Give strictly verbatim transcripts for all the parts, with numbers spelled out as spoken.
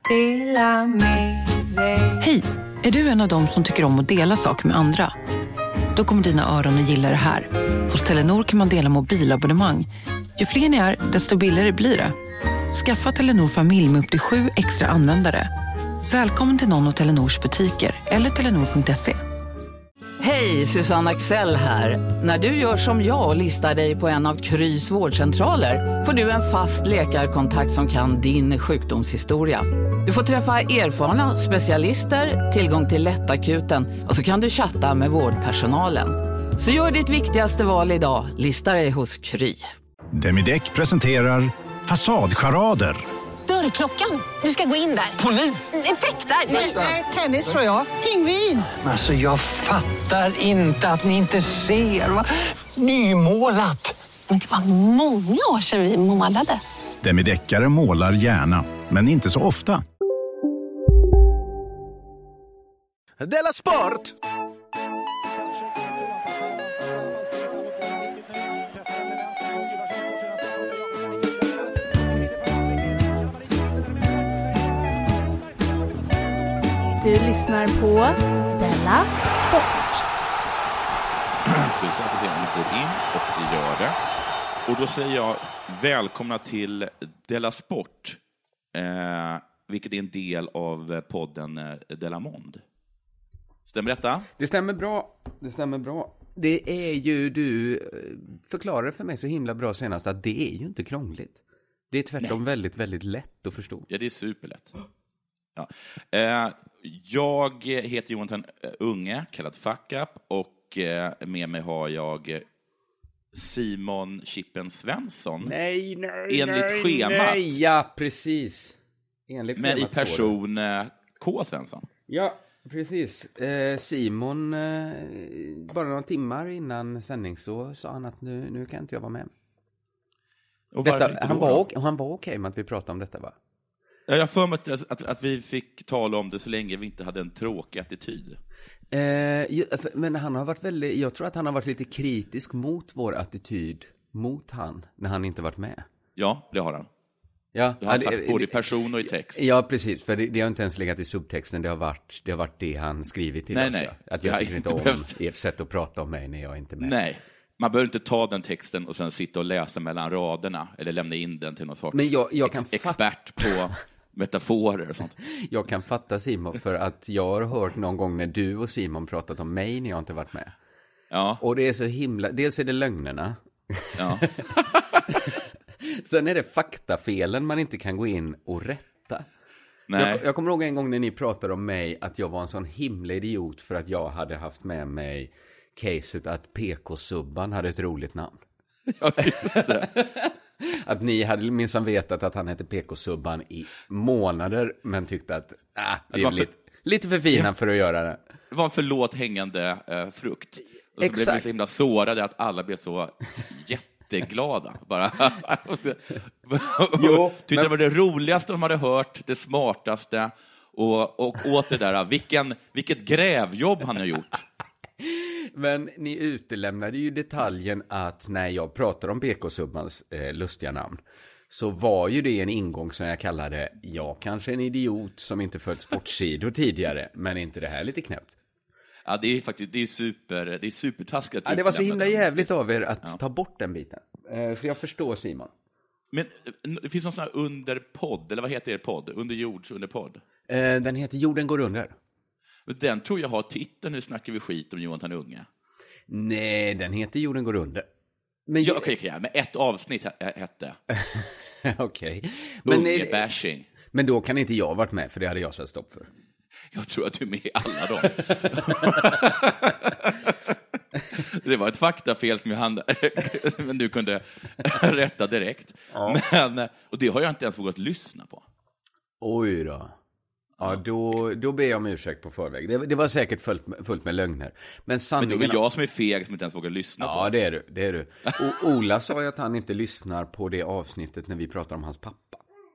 Hej, är du en av dem som tycker om att dela saker med andra? Då kommer dina öron att gilla det här. Hos Telenor kan man dela mobilabonnemang. Ju fler ni är, desto billigare blir det. Skaffa Telenor familj med upp till sju extra användare. Välkommen till någon av Telenors butiker eller telenor punkt se. Hej, Susanne Axel här. När du gör som jag och listar dig på en av Krys vårdcentraler får du en fast läkarkontakt som kan din sjukdomshistoria. Du får träffa erfarna specialister, tillgång till lättakuten och så kan du chatta med vårdpersonalen. Så gör ditt viktigaste val idag, listar dig hos Kry. Demideck presenterar Fasadcharader. Dörrklockan, du ska gå in där. Polis? Effektar? Nej, tennis tror jag. Pingvin. Alltså jag fattar inte att ni inte ser. Va? Nymålat. Men det var många år sedan vi målade. Demideckare målar gärna, men inte så ofta. Della Sport! Du lyssnar på Della Sport. Ska vi säga att det går in och det gör det. Och då säger jag välkomna till Della Sport. Eh, vilket är en del av podden eh, Della Mond. Stämmer detta? Det stämmer bra. Det stämmer bra. Det är ju, du förklarade för mig så himla bra senast att det är ju inte krångligt. Det är tvärtom Nej. väldigt, väldigt lätt att förstå. Ja, det är superlätt. Ja. Eh, jag heter Jonathan Unge, kallad Fuck Up, och eh, med mig har jag Simon Chippen Svensson. Nej, nej, enligt nej, schemat. nej. Ja, precis. Enligt Men i person eh, K. Svensson. Ja, precis. Eh, Simon, eh, bara några timmar innan sändning så sa han att nu, nu kan inte jag vara med. Och detta, han, var, ok- han var okej med att vi pratade om detta, va? Jag har för mig att, att, att vi fick tala om det så länge vi inte hade en tråkig attityd. Eh, men han har varit väldigt, jag tror att han har varit lite kritisk mot vår attityd mot han när han inte varit med. Ja, det har han. Ja, det har han sagt både i person och i text. Ja, precis, för det, det har inte ens legat i subtexten. Det har varit det, har varit det han skrivit till nej, oss. Nej. Att jag, jag tycker inte om behövt... ert sätt att prata om mig när jag inte är med. Nej, man behöver inte ta den texten och sen sitta och läsa mellan raderna eller lämna in den till någon sorts men jag, jag kan ex- expert på metaforer och sånt. Jag kan fatta, Simon, för att jag har hört någon gång när du och Simon pratat om mig när jag inte varit med. Ja. Och det är så himla, dels är det lögnerna. Ja. Sen är det faktafelen man inte kan gå in och rätta. Nej. Jag, jag kommer ihåg en gång när ni pratade om mig att jag var en sån himla idiot för att jag hade haft med mig caset att P K-subban hade ett roligt namn. Ja, det. Att ni hade minsann vetat att han hette P K-subban i månader men tyckte att ah, det är för... lite, lite för fina ja. för att göra det. Det var en förlåt hängande eh, frukt. Och så Exakt. blev vi så himla sårade att alla blev så jätteglada. Bara. Jo, tyckte men... det var det roligaste de hade hört, det smartaste. Och, och åter där, vilken, vilket grävjobb han har gjort. Men ni utelämnade ju detaljen att när jag pratar om P K-subbans eh, lustiga namn så var ju det en ingång som jag kallade jag kanske en idiot som inte följt sportsidor tidigare, men inte det här lite knäppt. Ja, det är faktiskt det är super det är supertaskigt. Ja, det var så himla jävligt av er att ja. ta bort den biten. Eh, så jag förstår, Simon. Men det finns någon sån här underpodd, eller vad heter er podd? Underjords underpodd. Eh, den heter Jorden går under. Den tror jag har titeln Nu snackar vi skit om Jonathan Unge. Nej, den heter Jorden går under. Men ja, okej, okay, okay, men ett avsnitt hette. Okej. Okay. Unge-bashing. Men då kan inte jag varit med, för det hade jag satt stopp för. Jag tror att du är med i alla dem. Det var ett faktafel som jag hann, men du kunde rätta direkt. Ja. Men, och det har jag inte ens vågat lyssna på. Oj då. Ja, då, då ber jag om ursäkt på förväg. Det, det var säkert fullt med, fullt med lögner. Men, sanningen... men det är jag som är feg som inte ens vågar lyssna ja, på. Ja, det är du. Det är du. Och Ola sa ju att han inte lyssnar på det avsnittet när vi pratar om hans pappa.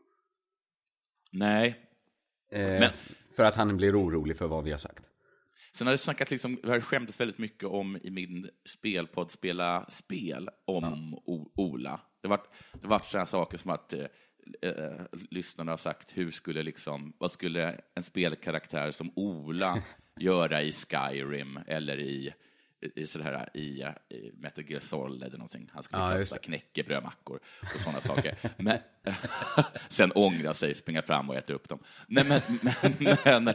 Nej. Eh, men... För att han blir orolig för vad vi har sagt. Sen har det snackat liksom, vi har skämtats väldigt mycket om i min spelpodd Spela spel om ja. o- Ola. Det har varit, det har varit sådana saker som att eh, lyssnarna har sagt, hur skulle liksom, vad skulle en spelkaraktär som Ola göra i Skyrim eller i i sådär i, i Metal Gear Solid eller någonting. Han skulle ja, kasta knäckebrödmackor och sådana saker. Men sen ångra sig, springa fram och äta upp dem. Nej, men, men, men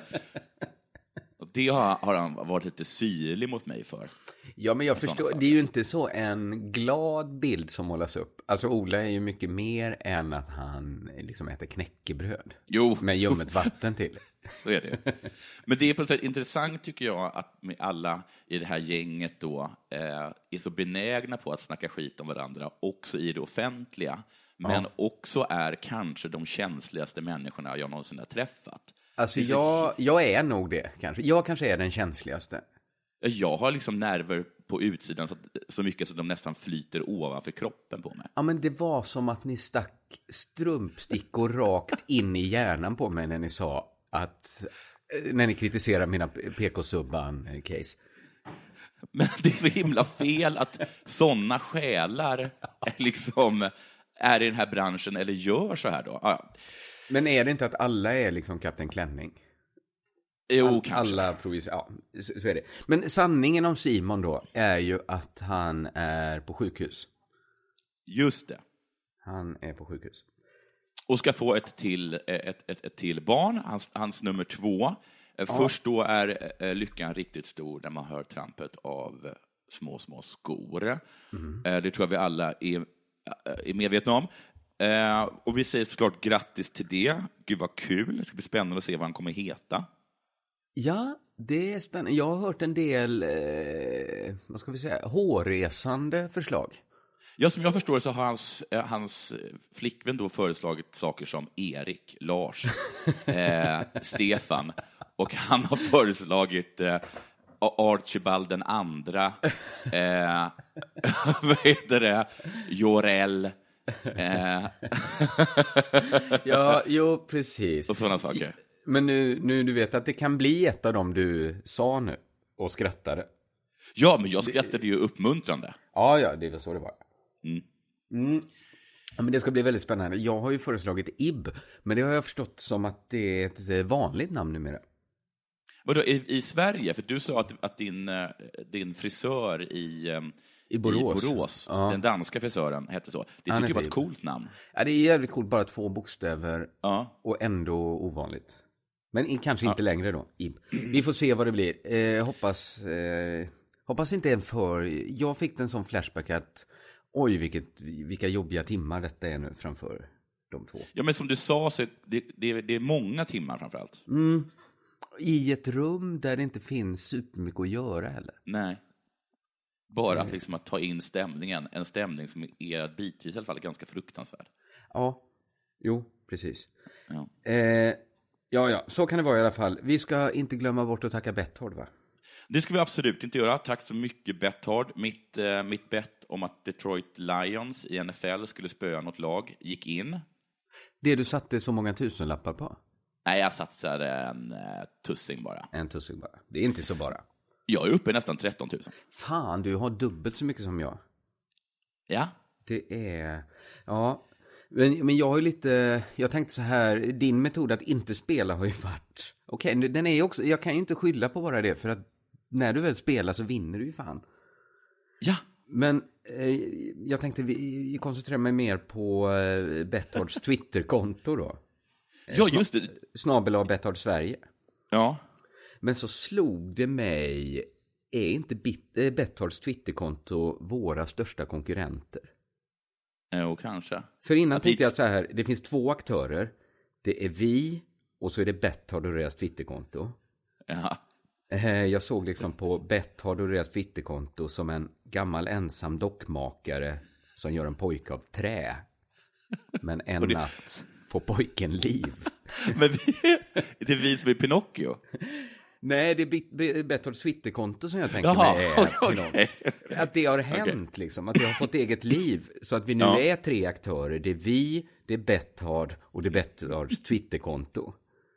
det har, har han varit lite syrlig mot mig för. Ja, men jag förstår, det är ju inte så en glad bild som målas upp. Alltså Ola är ju mycket mer än att han liksom äter knäckebröd. Jo. Med ljummet vatten till. Så är det. Men det är på ett sätt intressant tycker jag att med alla i det här gänget då eh, är så benägna på att snacka skit om varandra också i det offentliga. Men ja. också är kanske de känsligaste människorna jag någonsin har träffat. Alltså jag, jag är nog det kanske. Jag kanske är den känsligaste. Jag har liksom nerver på utsidan så, att, så mycket så att de nästan flyter ovanför kroppen på mig. Ja, men det var som att ni stack strumpstickor rakt in i hjärnan på mig när ni sa att, när ni kritiserar mina P K-subban-case. Men det är så himla fel att sådana själar liksom är i den här branschen eller gör så här då. Ja. Men är det inte att alla är liksom Kapten Klänning? Jo, All, kanske. Alla provis- ja, så, så är det. Men sanningen om Simon då är ju att han är på sjukhus. Just det. Han är på sjukhus. Och ska få ett till, ett, ett, ett till barn, hans, hans nummer två. Ja. Först då är äh, lyckan riktigt stor när man hör trampet av äh, små, små skor. Mm. Äh, det tror jag vi alla är, äh, är medvetna om. Äh, och vi säger såklart grattis till det. Gud vad kul, det ska bli spännande att se vad han kommer heta. Ja, det är spännande. Jag har hört en del, eh, vad ska vi säga, hårresande förslag. Ja, som jag förstår så har hans, eh, hans flickvän då föreslagit saker som Erik, Lars, eh, Stefan. Och han har föreslagit eh, Archibald den andra, eh, vad heter det, Jorell. Eh. Ja, jo, precis. Och sådana saker. Men nu, nu du vet att det kan bli ett av dem du sa nu och skrattade. Ja, men jag skrattade ju uppmuntrande. Ja, ja, det var så det var. Mm. Mm. Ja, men det ska bli väldigt spännande. Jag har ju föreslagit Ib, men det har jag förstått som att det är ett vanligt namn numera. Vadå, i, i Sverige? För du sa att, att din, din frisör i, I Borås, i Borås ja. den danska frisören hette så. Det tycker jag var ett coolt namn. Ja, det är jävligt coolt, bara två bokstäver ja. och ändå ovanligt. Men kanske inte ja. längre då. Ib. Vi får se vad det blir. Eh, hoppas, eh, hoppas inte en för... Jag fick en sån flashback att oj, vilket, vilka jobbiga timmar detta är nu framför de två. Ja, men som du sa så det, det, det är många timmar framförallt. Mm. I ett rum där det inte finns supermycket att göra heller. Nej. Bara att, liksom, att ta in stämningen. En stämning som är bitvis i alla fall ganska fruktansvärd. Ja, jo, precis. Ja. Eh, ja, ja, så kan det vara i alla fall. Vi ska inte glömma bort att tacka Betthard, va? Det ska vi absolut inte göra. Tack så mycket, Betthard. Mitt, eh, mitt bett om att Detroit Lions i N F L skulle spöa något lag gick in. Det du satte så många tusenlappar på? Nej, jag satsade en eh, tussing bara. En tussing bara. Det är inte så bara. Jag är uppe i nästan tretton tusen. Fan, du har dubbelt så mycket som jag. Ja. Det är... Ja, men, men jag har ju lite... Jag tänkte så här, din metod att inte spela har ju varit... Okej, okay, den är ju också... Jag kan ju inte skylla på bara det, för att när du väl spelar så vinner du ju fan. Ja. Men eh, jag tänkte vi koncentrerar mig mer på eh, Bethards Twitterkonto då. Ja, just det. Snabel av Betthard Sverige. Ja. Men så slog det mig, är inte Bit- Bethards Twitterkonto våra största konkurrenter? Jo, kanske. För innan tänkte jag så här, det finns två aktörer. Det är vi och så är det Betthard och deras Twitterkonto. Ja. Jag såg liksom på Betthard och deras Twitterkonto som en gammal ensam dockmakare som gör en pojke av trä. Men en det... natt får pojken liv. Men vi, det är vi som är Pinocchio. Nej, det är Bethards Twitterkonto som jag tänker Jaha, mig är okay, okay. Att det har hänt okay. liksom, att det har fått eget liv. Så att vi nu ja. är tre aktörer. Det är vi, det är Betthard och det är Bethards Twitterkonto.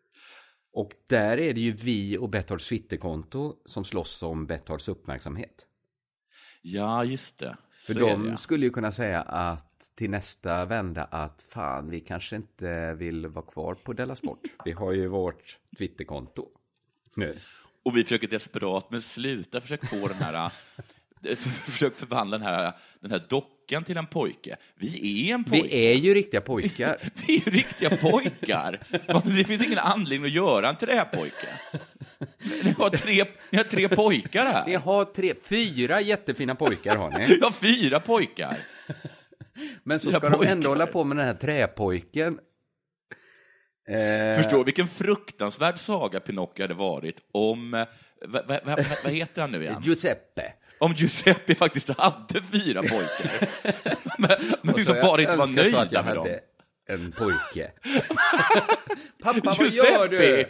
Och där är det ju vi och Bethards Twitterkonto som slåss om Bethards uppmärksamhet. Ja, just det. För så de skulle ju kunna säga att till nästa vända att fan, vi kanske inte vill vara kvar på Della Sport. Vi har ju vårt Twitterkonto nu. Och vi försöker desperat, men sluta försöka få den här, försök förvandla den här, den här dockan till en pojke. Vi är en pojke. Vi är ju riktiga pojkar. Vi är ju riktiga pojkar. Det finns ingen anledning att göra en träpojke. Ni har tre, ni har tre pojkar här. Ni har tre, fyra jättefina pojkar har ni. Ja, fyra pojkar. Men så fyra ska pojkar. de ändå hålla på med den här träpojken. Eh... Förstår vilken fruktansvärd saga Pinocchio hade varit om, vad va, va, va heter han nu igen? Giuseppe. Om Giuseppe faktiskt hade fyra pojkar. men men liksom bara inte var nöjda att jag med hade dem. En pojke. Pappa, vad Giuseppe! gör du?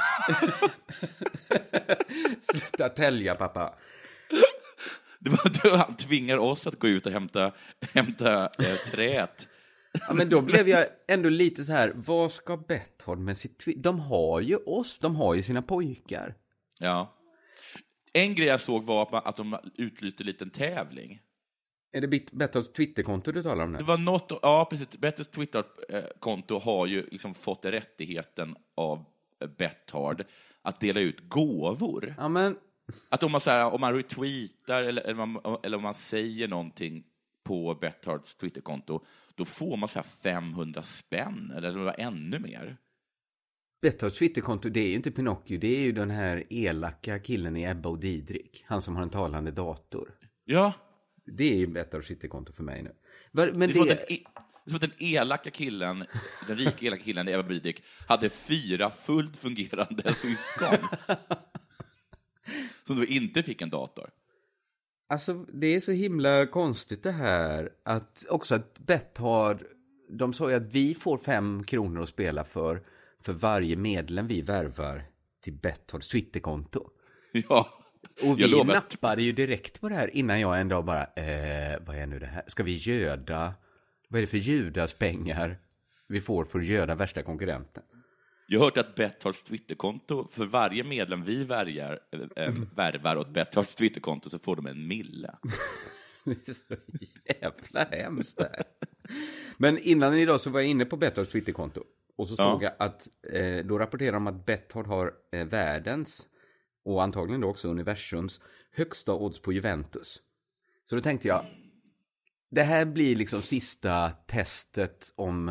Sluta tälja, pappa. Det var då han tvingar oss att gå ut och hämta, hämta eh, träet. Ja, men då blev jag ändå lite så här, vad ska Betthard med sitt Twitter? De har ju oss, de har ju sina pojkar. Ja. En grej jag såg var att, man, att de utlyste en liten tävling. Är det Bethards Twitterkonto du talar om nu? Det var något, ja precis, Bethards Twitterkonto har ju liksom fått rättigheten av Betthard att dela ut gåvor. Ja, men... Att om man, så här, om man retweetar eller, eller, man, eller om man säger någonting på Bethards Twitterkonto, då får man så här femhundra spänn eller det var ännu mer. Bethards Twitterkonto, det är ju inte Pinocchio, det är ju den här elaka killen i Ebba och Didrik, han som har en talande dator. Ja. Det är ju Bethards Twitterkonto för mig nu. Men det, är det... Som den, det är som att den elaka killen, den rika elaka killen i Ebba och Didrik hade fyra fullt fungerande syskon som då inte fick en dator. Alltså, det är så himla konstigt det här. Att också att Betthard, de sa ju att vi får fem kronor att spela för för varje medlem vi värvar till Bethards Twitterkonto. Ja. Och vi jag nappade ju direkt på det här innan jag en dag bara, eh, vad är nu det här? Ska vi göda? Vad är det för Judas pengar vi får för att göda värsta konkurrenten? Jag har hört att Bethards Twitterkonto, för varje medlem vi värjar, äh, värvar åt Bethards Twitterkonto så får de en mille. Det är så jävla hemskt där. Men innan idag så var jag inne på Bethards Twitterkonto. Och så såg ja. jag att eh, då rapporterar de att Betthard har eh, världens och antagligen då också universums högsta odds på Juventus. Så då tänkte jag, det här blir liksom sista testet om...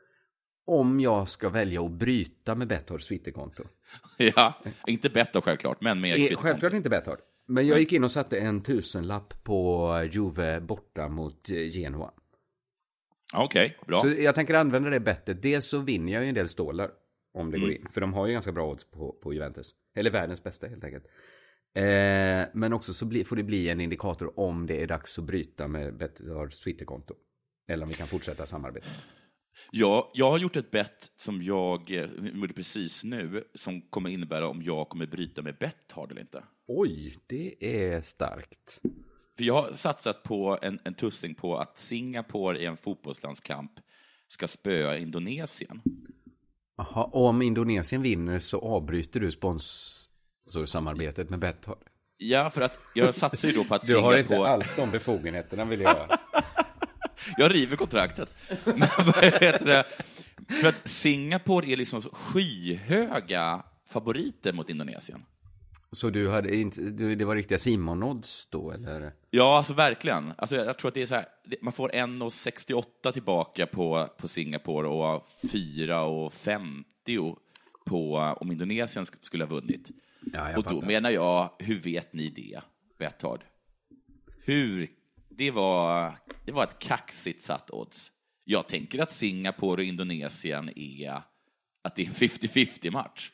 om jag ska välja att bryta med Bethards Twitterkonto. Ja, inte Betthard självklart, men med Twitterkonto. Självklart inte Betthard. Men jag gick in och satte en tusenlapp på Juve borta mot Genoa. Okej, okay, bra. Så jag tänker använda det bettet. Dels så vinner jag ju en del stålar om det mm. går in. För de har ju ganska bra odds på, på Juventus. Eller världens bästa helt enkelt. Eh, men också så bli, får det bli en indikator om det är dags att bryta med Bethards Twitterkonto. Eller om vi kan fortsätta samarbeta. Ja, jag har gjort ett bett som jag gjorde precis nu som kommer innebära om jag kommer bryta med Betthard eller inte. Oj, det är starkt. För jag har satsat på en, en tussing på att Singapore i en fotbollslandskamp ska spöa Indonesien. Jaha, och om Indonesien vinner så avbryter du sponsorsamarbetet med Betthard? Ja, för att jag satsar ju då på att du Singapore... har inte alls de befogenheterna vill jag. Jag river kontraktet. Men vad heter det? För att Singapore är liksom så skyhöga favoriter mot Indonesien. Så du hade inte, det var riktiga Simon-odds då, eller? Ja, alltså verkligen. Alltså, jag tror att det är så här, man får en komma sextioåtta tillbaka på, på Singapore och fyra komma femtio på om Indonesien skulle ha vunnit. Ja, jag och då fattar. menar jag, hur vet ni det, Betthard? Hur... Det var, det var ett kaxigt satt odds. Jag tänker att Singapore och Indonesien är att det är en femtio femtio match.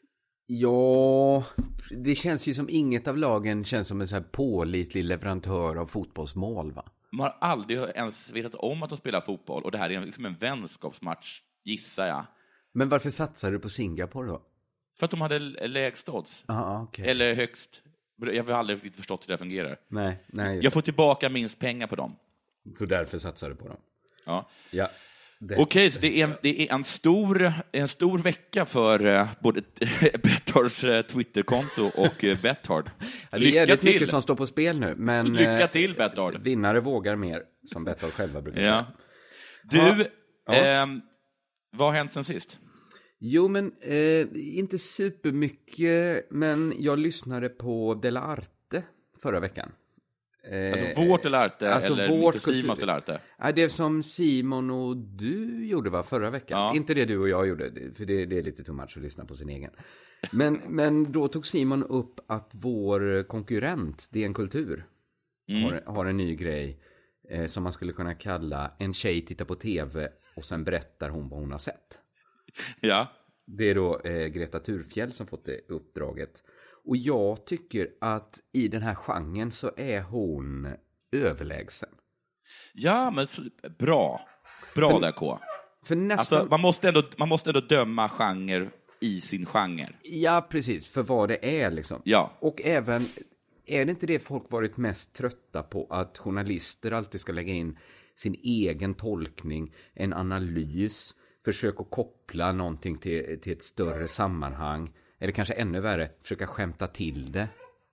Ja, det känns ju som inget av lagen känns som en så här pålitlig leverantör av fotbollsmål, va? Man har aldrig ens vetat om att de spelar fotboll och det här är liksom en vänskapsmatch, gissar jag. Men varför satsar du på Singapore då? För att de hade lägst odds. Ah, okay. Eller högst. Jag har aldrig riktigt förstått hur det fungerar. Nej, nej. Jag får tillbaka minst pengar på dem. Så därför satsar du på dem? Ja. Ja. Okej, okay, så det är, det är en, stor, en stor vecka för uh, både Bethards uh, Twitterkonto och uh, Betthard. Ja, det är väldigt mycket som står på spel nu. Men, Lycka till, Betthard. Vinnare vågar mer. som Betthard själva brukar ja. säga. Du, ja. eh, vad har hänt sen sist? Jo, men eh, inte supermycket, men jag lyssnade på Della Arte förra veckan. Eh, alltså vårt Della Arte alltså eller vårt inte Simons Della Arte? Ja, det som Simon och du gjorde va, förra veckan. Ja. Inte det du och jag gjorde, för det, det är lite too much att lyssna på sin egen. Men, men då tog Simon upp att vår konkurrent, D N Kultur, mm. har, har en ny grej eh, som man skulle kunna kalla en tjej tittar på tv och sen berättar hon vad hon har sett. Ja. Det är då eh, Greta Thurfjell som fått det uppdraget. Och jag tycker att i den här genren så är hon överlägsen. Ja, men bra. Bra för, där, K. För nästan... alltså, man, måste ändå, man måste ändå döma genre i sin genre. Ja, precis. För vad det är liksom. Ja. Och även, är det inte det folk varit mest trötta på? Att journalister alltid ska lägga in sin egen tolkning, en analys, försöka koppla någonting till, till ett större sammanhang. Eller kanske ännu värre, försöka skämta till det.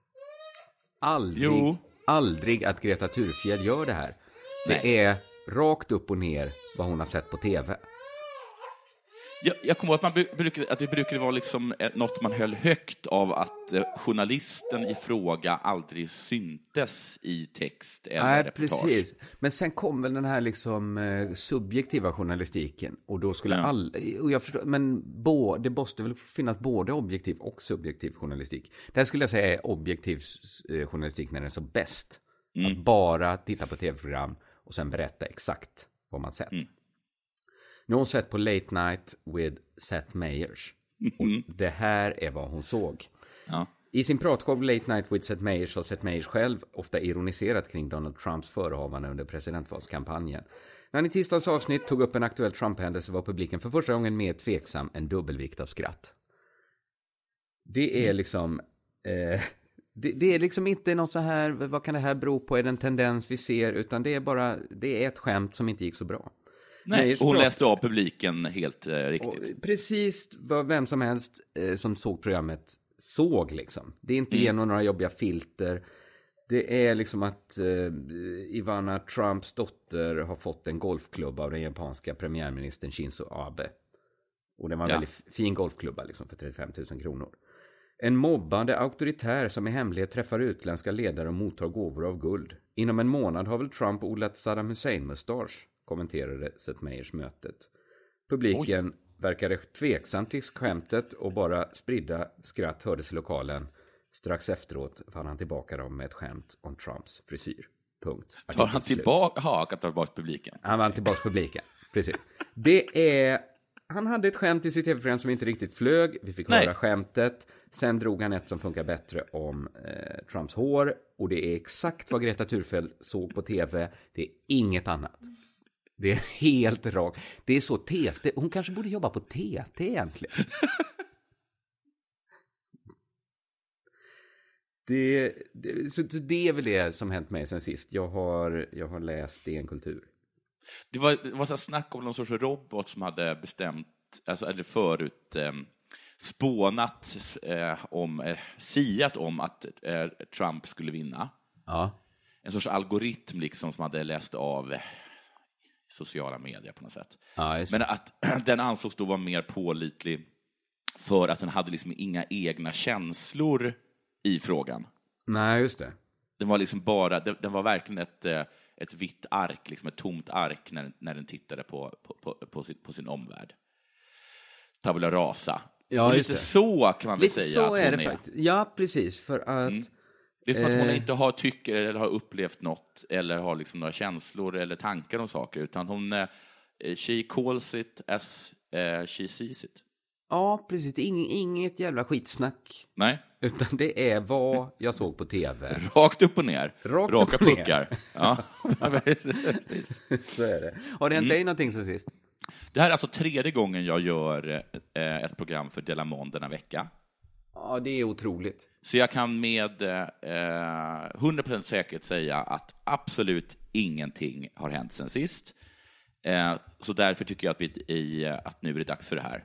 Aldrig, jo. aldrig att Greta Thurfjell gör det här. Nej. Det är rakt upp och ner vad hon har sett på tv. Jag, jag kommer ihåg att, man brukar, att det brukade vara liksom något man höll högt av att eh, journalisten i fråga aldrig syntes i text eller Nej, reportage. Precis. Men sen kom väl den här liksom eh, subjektiva journalistiken och då skulle ja. all och jag förstår, men bo, det måste väl finnas både objektiv och subjektiv journalistik. Det här skulle jag säga är objektiv eh, journalistik när den är så bäst. Mm. Att bara titta på tv-program och sen berätta exakt vad man sett. Mm. Nu har hon sett på Late Night with Seth Meyers. Mm. Och det här är vad hon såg. Ja. I sin pratshow Late Night with Seth Meyers har Seth Meyers själv ofta ironiserat kring Donald Trumps förehavande under presidentvalskampanjen. När han i tisdagens avsnitt tog upp en aktuell Trump-händelse var publiken för första gången mer tveksam än dubbelvikt av skratt. Det är liksom... Eh, det, det är liksom inte något så här, vad kan det här bero på? Är det en tendens vi ser? Utan det är bara, det är ett skämt som inte gick så bra. Nej, hon läste av publiken helt eh, riktigt. Och precis vad vem som helst eh, som såg programmet såg liksom. Det är inte mm. genom några jobbiga filter. Det är liksom att eh, Ivana Trumps dotter har fått en golfklubb av den japanska premiärministern Shinzo Abe. Och det var en ja. väldigt fin golfklubba liksom för trettiofem tusen kronor. En mobbande auktoritär som i hemlighet träffar utländska ledare och mottar gåvor av guld. Inom en månad har väl Trump odlat Saddam Hussein-mustasch, kommenterade Seth Meyers mötet. Publiken Oj. verkade tveksam till skämtet och bara spridda skratt hördes i lokalen. Strax efteråt fann han tillbaka dem med ett skämt om Trumps frisyr. Punkt. Tar han tillbaka, ha, tar tillbaka publiken? Han vann tillbaka publiken, precis. Det är... Han hade ett skämt i sitt tv-program som inte riktigt flög. Vi fick Nej. höra skämtet. Sen drog han ett som funkar bättre om eh, Trumps hår. Och det är exakt vad Greta Thurfjell såg på tv. Det är inget annat. Det är helt rakt. Det är så T T. Hon kanske borde jobba på T T egentligen. det, det, så det är väl det som hänt mig sen sist. Jag har, jag har läst D N Kultur. Det var, det var så snack om någon sorts robot som hade bestämt, alltså eller förut eh, spånat eh, om, eh, siat om att eh, Trump skulle vinna. Ja. En sorts algoritm liksom som hade läst av eh, sociala medier på något sätt. Ja, men att den ansågs då vara mer pålitlig för att den hade liksom inga egna känslor i frågan. Nej, just det. Den var liksom bara, den, den var verkligen ett, ett vitt ark, liksom ett tomt ark när, när den tittade på, på, på, på, sin, på sin omvärld. Tabula rasa. Ja, och lite så kan man väl lite säga så att är hon det är. faktiskt. Ja, precis. För att... Mm. Det är som att hon inte har tycker eller har upplevt något eller har liksom några känslor eller tankar om saker, utan hon uh, she calls it as uh, she sees it. Ja, precis. Det är ing, inget jävla skitsnack. Nej. Utan det är vad jag såg på tv. Rakt upp och ner. Rakt Raka upp och puckar. ner. Ja. Så är det. Har det hänt mm. dig någonting som sist? Det här är alltså tredje gången jag gör eh, ett program för Delamond denna vecka. Ja, det är otroligt. Så jag kan med eh, hundra procent säkert säga att absolut ingenting har hänt sen sist. Eh, så därför tycker jag att, vi, i, att nu är det dags för det här.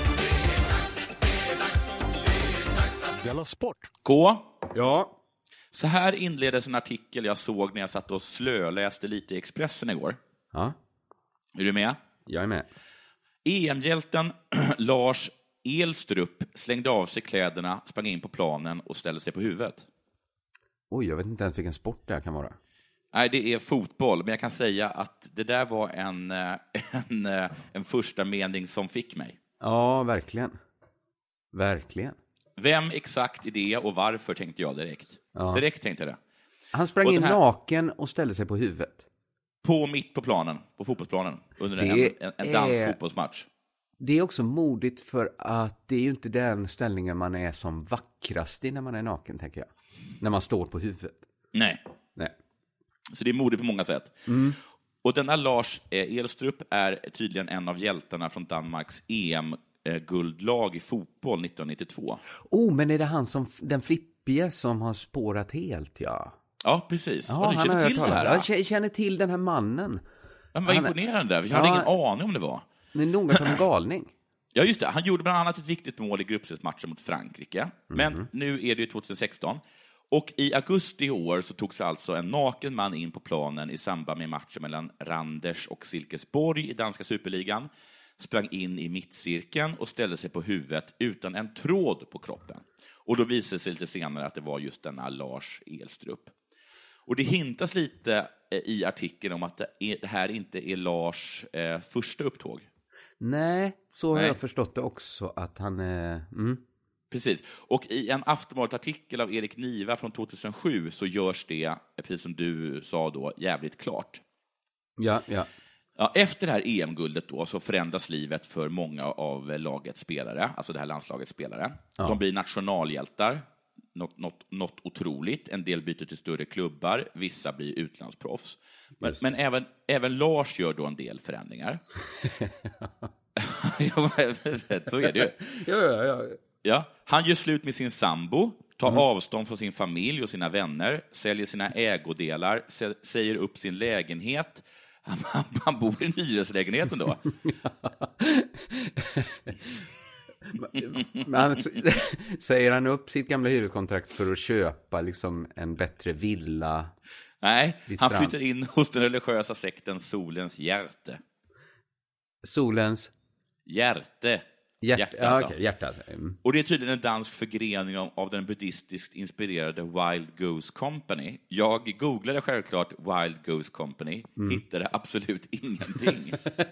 Della Sport. K. Ja. Så här inleddes en artikel jag såg när jag satt och slöläste lite i Expressen igår. Ja. Är du med? Jag är med. E M-hjälten Lars Elstrup slängde av sig kläderna, sprang in på planen och ställde sig på huvudet. Oj, jag vet inte ens vilken sport det här kan vara. Nej, det är fotboll, men jag kan säga att det där var en, en, en första mening som fick mig. Ja, verkligen. Verkligen. Vem exakt är det och varför, tänkte jag direkt. Ja. Direkt tänkte jag det. Han sprang Och in den här- naken och ställde sig på huvudet. På mitt på planen, på fotbollsplanen, under Det en, en, en dansk är- fotbollsmatch. Det är också modigt för att det är ju inte den ställningen man är som vackrast i när man är naken, tänker jag. När man står på huvudet. Nej. Nej. Så det är modigt på många sätt. Mm. Och denna Lars eh, Elstrup är tydligen en av hjältarna från Danmarks E M-guldlag i fotboll nittonhundranittiotvå. Oh, men är det han som, den flippige som har spårat helt, ja? Ja, precis. Ja, Och du han känner har till hört det här? talas. Jag känner till den här mannen. Han var Han är- imponerande. Jag hade Ja. ingen aning om det var. Men något som en galning. Ja, just det. Han gjorde bland annat ett viktigt mål i gruppspelsmatchen mot Frankrike. Men Mhm. nu är det ju tjugohundrasexton. Och i augusti i år så togs alltså en naken man in på planen i samband med matchen mellan Randers och Silkeborg i danska superligan. Sprang in i mittcirkeln och ställde sig på huvudet utan en tråd på kroppen. Och då visade det sig lite senare att det var just denna Lars Elstrup. Och det hintas lite eh, i artikeln om att det, är, det här inte är Lars eh, första upptåg. Nej, så har Nej. jag förstått det också, att han är... Mm. Precis. Och i en Aftonbladet-artikel av Erik Niva från tjugohundrasju så görs det, precis som du sa då, jävligt klart. Ja, ja. Ja, efter det här E M-guldet då så förändras livet för många av lagets spelare, alltså det här landslagets spelare. Ja. De blir nationalhjältar, något, något, något otroligt. En del byter till större klubbar, vissa blir utlandsproffs. Men, men även, även Lars gör då en del förändringar. Ja, så är det ju. Ja, ja, ja. Ja, han gör slut med sin sambo, tar Mm. avstånd från sin familj och sina vänner, säljer sina ägodelar, sä- säger upp sin lägenhet. Han, han, han bor i en hyreslägenhet då. Men han, s- säger han upp sitt gamla hyreskontrakt för att köpa liksom en bättre villa? Nej, Vid han strand. flyttar in hos den religiösa sekten Solens hjärte. Solens Hjärte. hjärta. Hjärta, Ja, alltså. okej, hjärta alltså. Mm. Och det är tydligen en dansk förgrening av, av den buddhistiskt inspirerade Wild Goose Company. Jag googlade självklart Wild Goose Company, Mm. hittade absolut ingenting.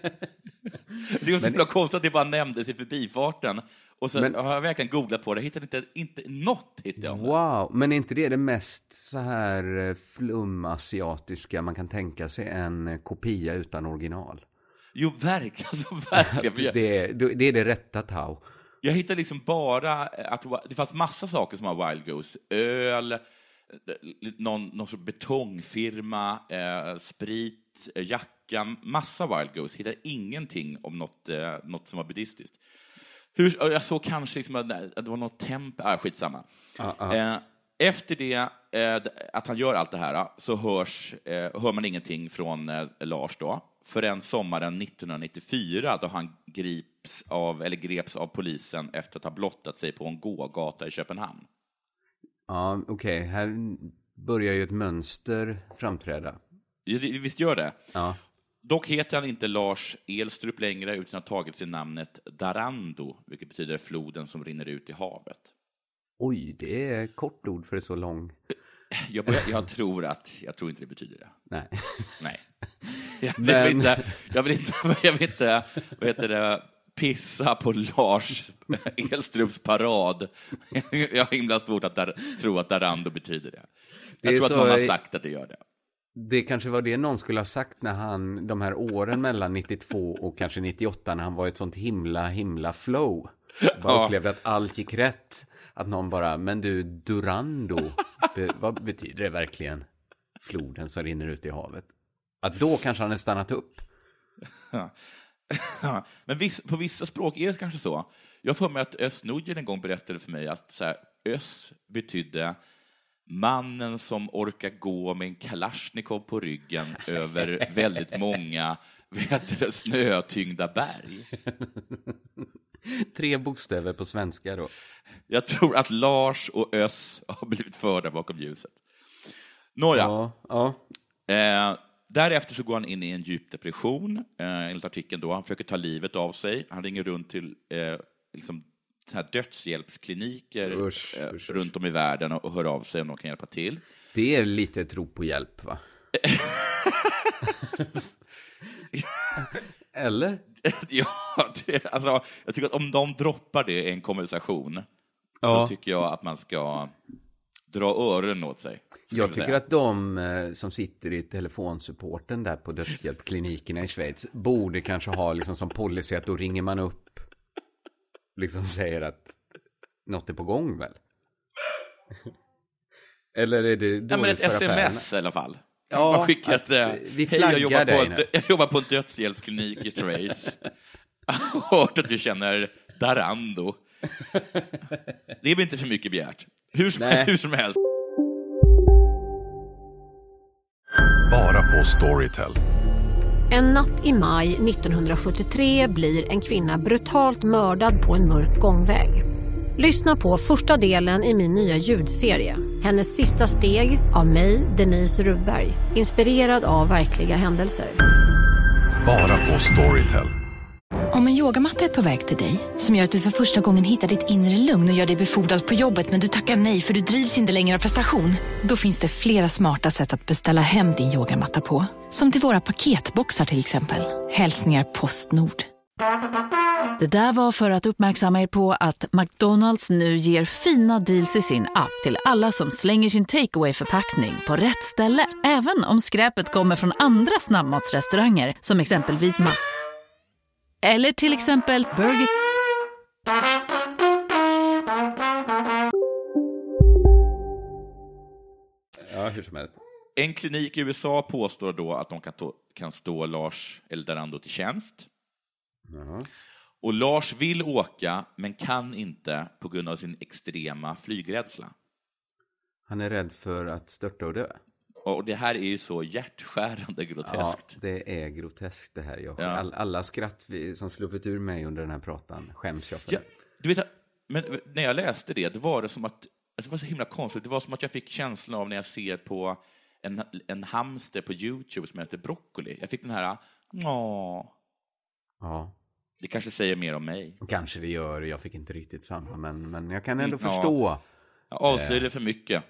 Det är så himla konstigt att det bara nämndes i förbifarten. Och så Men- har jag verkligen googlat på det, hittade inte, inte något hittade jag om det. Wow, men är inte det det mest så här eh, flumasiatiska man kan tänka sig, en eh, kopia utan original? Jo, verkligen. Alltså, verkligen. För jag, Det är det, är det rätta Tao. jag hittade liksom bara att det fanns massa saker som var Wild Goose. Öl, någon, någon sorts betongfirma, eh, sprit, eh, jacka, massa Wild Goose. Hittade ingenting om något, eh, något som var buddhistiskt. Hur, jag såg kanske liksom att det var något tempel, ah, skitsamma. Ah, ah. Eh, efter det, eh, att han gör allt det här, så hörs, eh, hör man ingenting från eh, Lars då. Förrän sommaren nittonhundranittiofyra, då han grips av, eller greps av polisen efter att ha blottat sig på en gågata i Köpenhamn. Ja, okej. Här börjar ju ett mönster framträda. Visst gör det? Ja. Dock heter han inte Lars Elstrup längre, utan har tagit sig namnet Darando, vilket betyder floden som rinner ut i havet. Oj, det är kort ord för ett så lång... Jag, börjar, jag tror att, jag tror inte det betyder det. Nej. Nej. Jag vill, Men- inte, jag vill inte, jag vill inte, vad heter det, pissa på Lars Elstrups parad. Jag har himla svårt att dar, tro att Darando betyder det. Det Jag är tror så- att någon har sagt att det gör det. Det kanske var det någon skulle ha sagt när han, de här åren mellan nittiotvå och kanske nittioåtta, när han var i ett sånt himla, himla flow. Bara Ja. upplevde att allt gick rätt. Att någon bara, men du, Durando, be, vad betyder det verkligen? Floden som rinner ut i havet. Att då kanske han hade stannat upp. Ja. Men viss, på vissa språk är det kanske så. Jag får mig att Özz Nujen en gång berättade för mig att så här, Özz betydde mannen som orkar gå med en kalasjnikov på ryggen över väldigt många, vad heter det, snötyngda berg. Tre bokstäver på svenska då. Jag tror att Lars och Özz har blivit förda bakom ljuset. Nåja. Ja, ja. Eh, därefter så går han in i en djup depression, eh, enligt artikeln då. Han försöker ta livet av sig. Han ringer runt till eh, liksom, så här dödshjälpskliniker usch, eh, usch, runt om i världen och, och hör av sig om de kan hjälpa till. Det är lite ett rop på hjälp, va? Eller? Ja, det, alltså, jag tycker att om de droppar det i en konversation, ja. då tycker jag att man ska dra öronen åt sig. Jag tycker säga. att de eh, som sitter i telefonsupporten där på dödshjälpklinikerna i Schweiz borde kanske ha liksom som policy att då ringer man upp, liksom säger att något är på gång väl? Eller är det dåligt ja, men ett för S M S affärerna? i alla fall. Ja, man skickar att, att vi hej, jag jobbar, på ett, jag jobbar på en dödshjälpsklinik i Schweiz. Jag har hört att du känner Darando. Det är väl inte för mycket begärt. Hur som, hur som helst. Bara på Storytel. En natt i maj nittonhundrasjuttiotre blir en kvinna brutalt mördad på en mörk gångväg. Lyssna på första delen i min nya ljudserie. Hennes sista steg av mig, Denise Rubberg. Inspirerad av verkliga händelser. Bara på Storytel. Om en yogamatta är på väg till dig, som gör att du för första gången hittar ditt inre lugn och gör dig befordrad på jobbet men du tackar nej för du drivs inte längre av prestation. Då finns det flera smarta sätt att beställa hem din yogamatta på. Som till våra paketboxar till exempel. Hälsningar Postnord. Det där var för att uppmärksamma er på att McDonalds nu ger fina deals i sin app till alla som slänger sin takeaway-förpackning på rätt ställe. Även om skräpet kommer från andra snabbmatsrestauranger som exempelvis Ma... Eller till exempel Burger... Ja, hur som helst. En klinik i U S A påstår då att de kan, to- kan stå Lars Eldarando till tjänst. Uh-huh. Och Lars vill åka, men kan inte på grund av sin extrema flygrädsla. Han är rädd för att störta och dö. Och det här är ju så hjärtskärande groteskt. Ja, det är groteskt det här. Jag, ja. all, alla skratt vi, som sluppit ur mig under den här pratan skäms jag för. Ja, du vet, men när jag läste det, det var det som att, det var så himla konstigt. Det var som att jag fick känslan av när jag ser på en, en hamster på YouTube som heter Broccoli. Jag fick den här, åh. Ja. Det kanske säger mer om mig. Kanske det gör, jag fick inte riktigt samma, men, men jag kan ändå förstå. Ja. Jag avslöjade för mycket.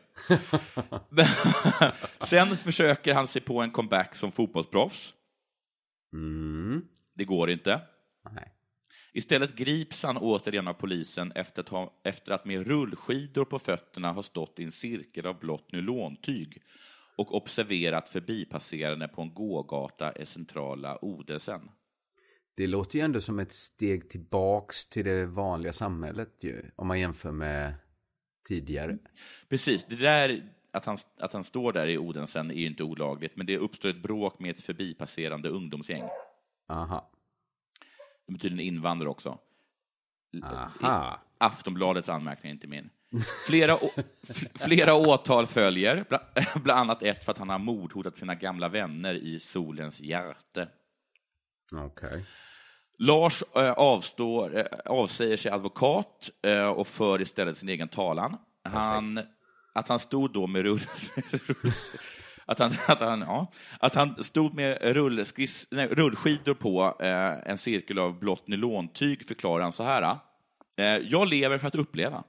Sen försöker han se på en comeback som fotbollsproffs. Mm. Det går inte. Nej. Istället grips han återigen av polisen efter att, ha, efter att med rullskidor på fötterna ha stått i en cirkel av blått nylontyg och observerat förbipasserande på en gågata i centrala Odelsen. Det låter ju ändå som ett steg tillbaks till det vanliga samhället ju, om man jämför med tidigare. Precis, det där att han, att han står där i Odensen är ju inte olagligt, men det uppstår ett bråk med ett förbipasserande ungdomsgäng. Aha. De är tydligen invandrare också. Aha. Aftonbladets anmärkning, inte min. Flera, å, flera åtal följer, bland annat ett för att han har mordhotat sina gamla vänner i Solens hjärte. Okej. Okay. Lars äh, avstår, äh, avsäger sig advokat äh, och för istället sin egen talan. Han, att han stod då med rull... att, han, att, han, ja, att han stod med rullskis, nej, rullskidor på äh, en cirkel av blått nylontyg förklarar han så här. Äh, jag lever för att uppleva.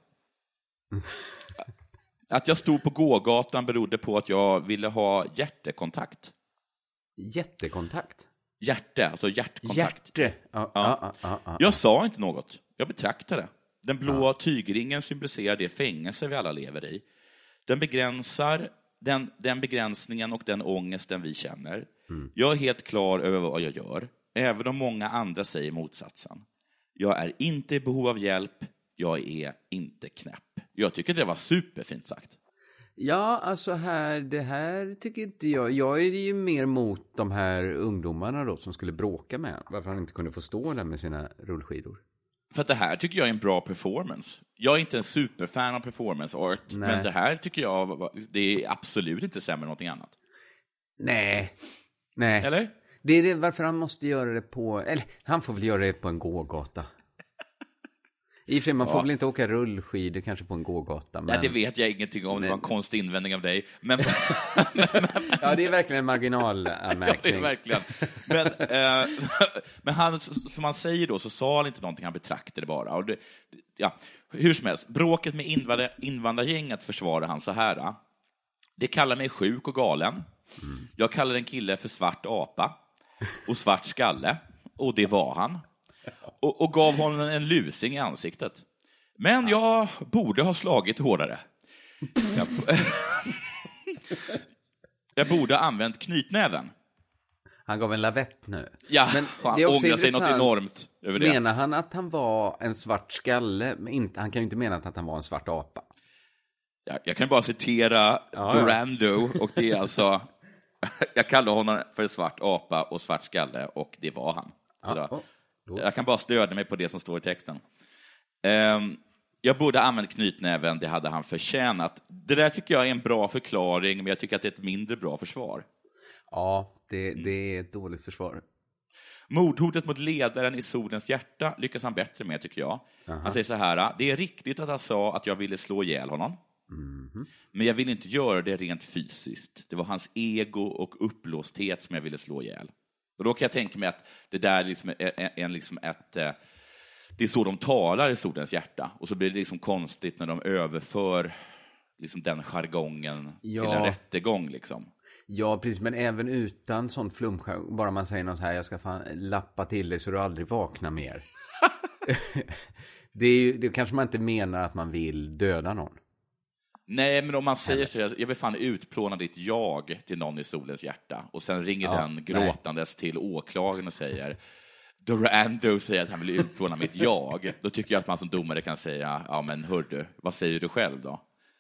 Att jag stod på gågatan berodde på att jag ville ha hjärtekontakt. Hjärtekontakt? Hjärte, alltså hjärtkontakt. Hjärte. Ja, ja. Ja, ja, ja. Jag sa inte något. Jag betraktade. Den blå ja. tygringen symboliserar det fängelse vi alla lever i. Den begränsar den, den begränsningen och den ångesten vi känner. Mm. Jag är helt klar över vad jag gör, även om många andra säger motsatsen. Jag är inte i behov av hjälp. Jag är inte knäpp. Jag tycker det var superfint sagt. Ja, alltså här, det här tycker inte jag. Jag är ju mer mot de här ungdomarna då som skulle bråka med. Varför han inte kunde få stå där med sina rullskidor. För att det här tycker jag är en bra performance. Jag är inte en superfan av performance art. Nej. Men det här tycker jag, det är absolut inte sämre än någonting annat. Nej. Nej. Eller? Det är det, varför han måste göra det på, eller han får väl göra det på en gågata. I och för sig, man får Ja. väl inte åka rullskidor kanske på en gågata. Men... Nej, det vet jag ingenting om. Det var en konstig invändning av dig. Men... ja, det är verkligen en marginalanmärkning. Ja, det är verkligen. Men, eh, men han, som han säger då, så sa han inte någonting, han betraktade bara. Och det, ja, hur som helst, bråket med invandrar, invandrargänget försvarar han så här. Det kallar mig sjuk och galen. Mm. Jag kallar en kille för svart apa och svart skalle. Och det var han. Och, och gav honom en lusing i ansiktet. Men jag borde ha slagit hårdare. Jag, jag borde ha använt knytnäven. Han gav en lavett nu. Ja, men han det är också ångrar sig något enormt över det. Menar han att han var en svart skalle? Men inte, han kan ju inte mena att han var en svart apa. Jag, jag kan bara citera ja, Durando, och det är alltså... Jag kallar honom för svart apa och svart skalle, och det var han. Så ja, då, jag kan bara stödja mig på det som står i texten. Um, jag borde ha använt knytnäven, det hade han förtjänat. Det där tycker jag är en bra förklaring, men jag tycker att det är ett mindre bra försvar. Ja, det, det är ett dåligt försvar. Mordhotet mot ledaren i Solens hjärta lyckas han bättre med, tycker jag. Uh-huh. Han säger så här: det är riktigt att han sa att jag ville slå ihjäl honom. Mm-hmm. Men jag ville inte göra det rent fysiskt. Det var hans ego och upplåsthet som jag ville slå ihjäl. Och då kan jag tänka mig att det där liksom är, är, är liksom ett... Det är så de talar i Solens hjärta. Och så blir det liksom konstigt när de överför liksom den jargongen ja. till en rättegång liksom. Ja, precis, men även utan sån flumskärm, bara man säger något här, jag ska fan lappa till dig så du aldrig vaknar mer. det, är ju, det kanske man inte menar att man vill döda någon. Nej, men om man säger så, jag vill fan utplåna ditt jag till någon i Solens hjärta, och sen ringer ja, den gråtandes nej. till åklagaren och säger, Durando säger att han vill utplåna mitt jag, då tycker jag att man som domare kan säga, ja men hördu, vad säger du själv då?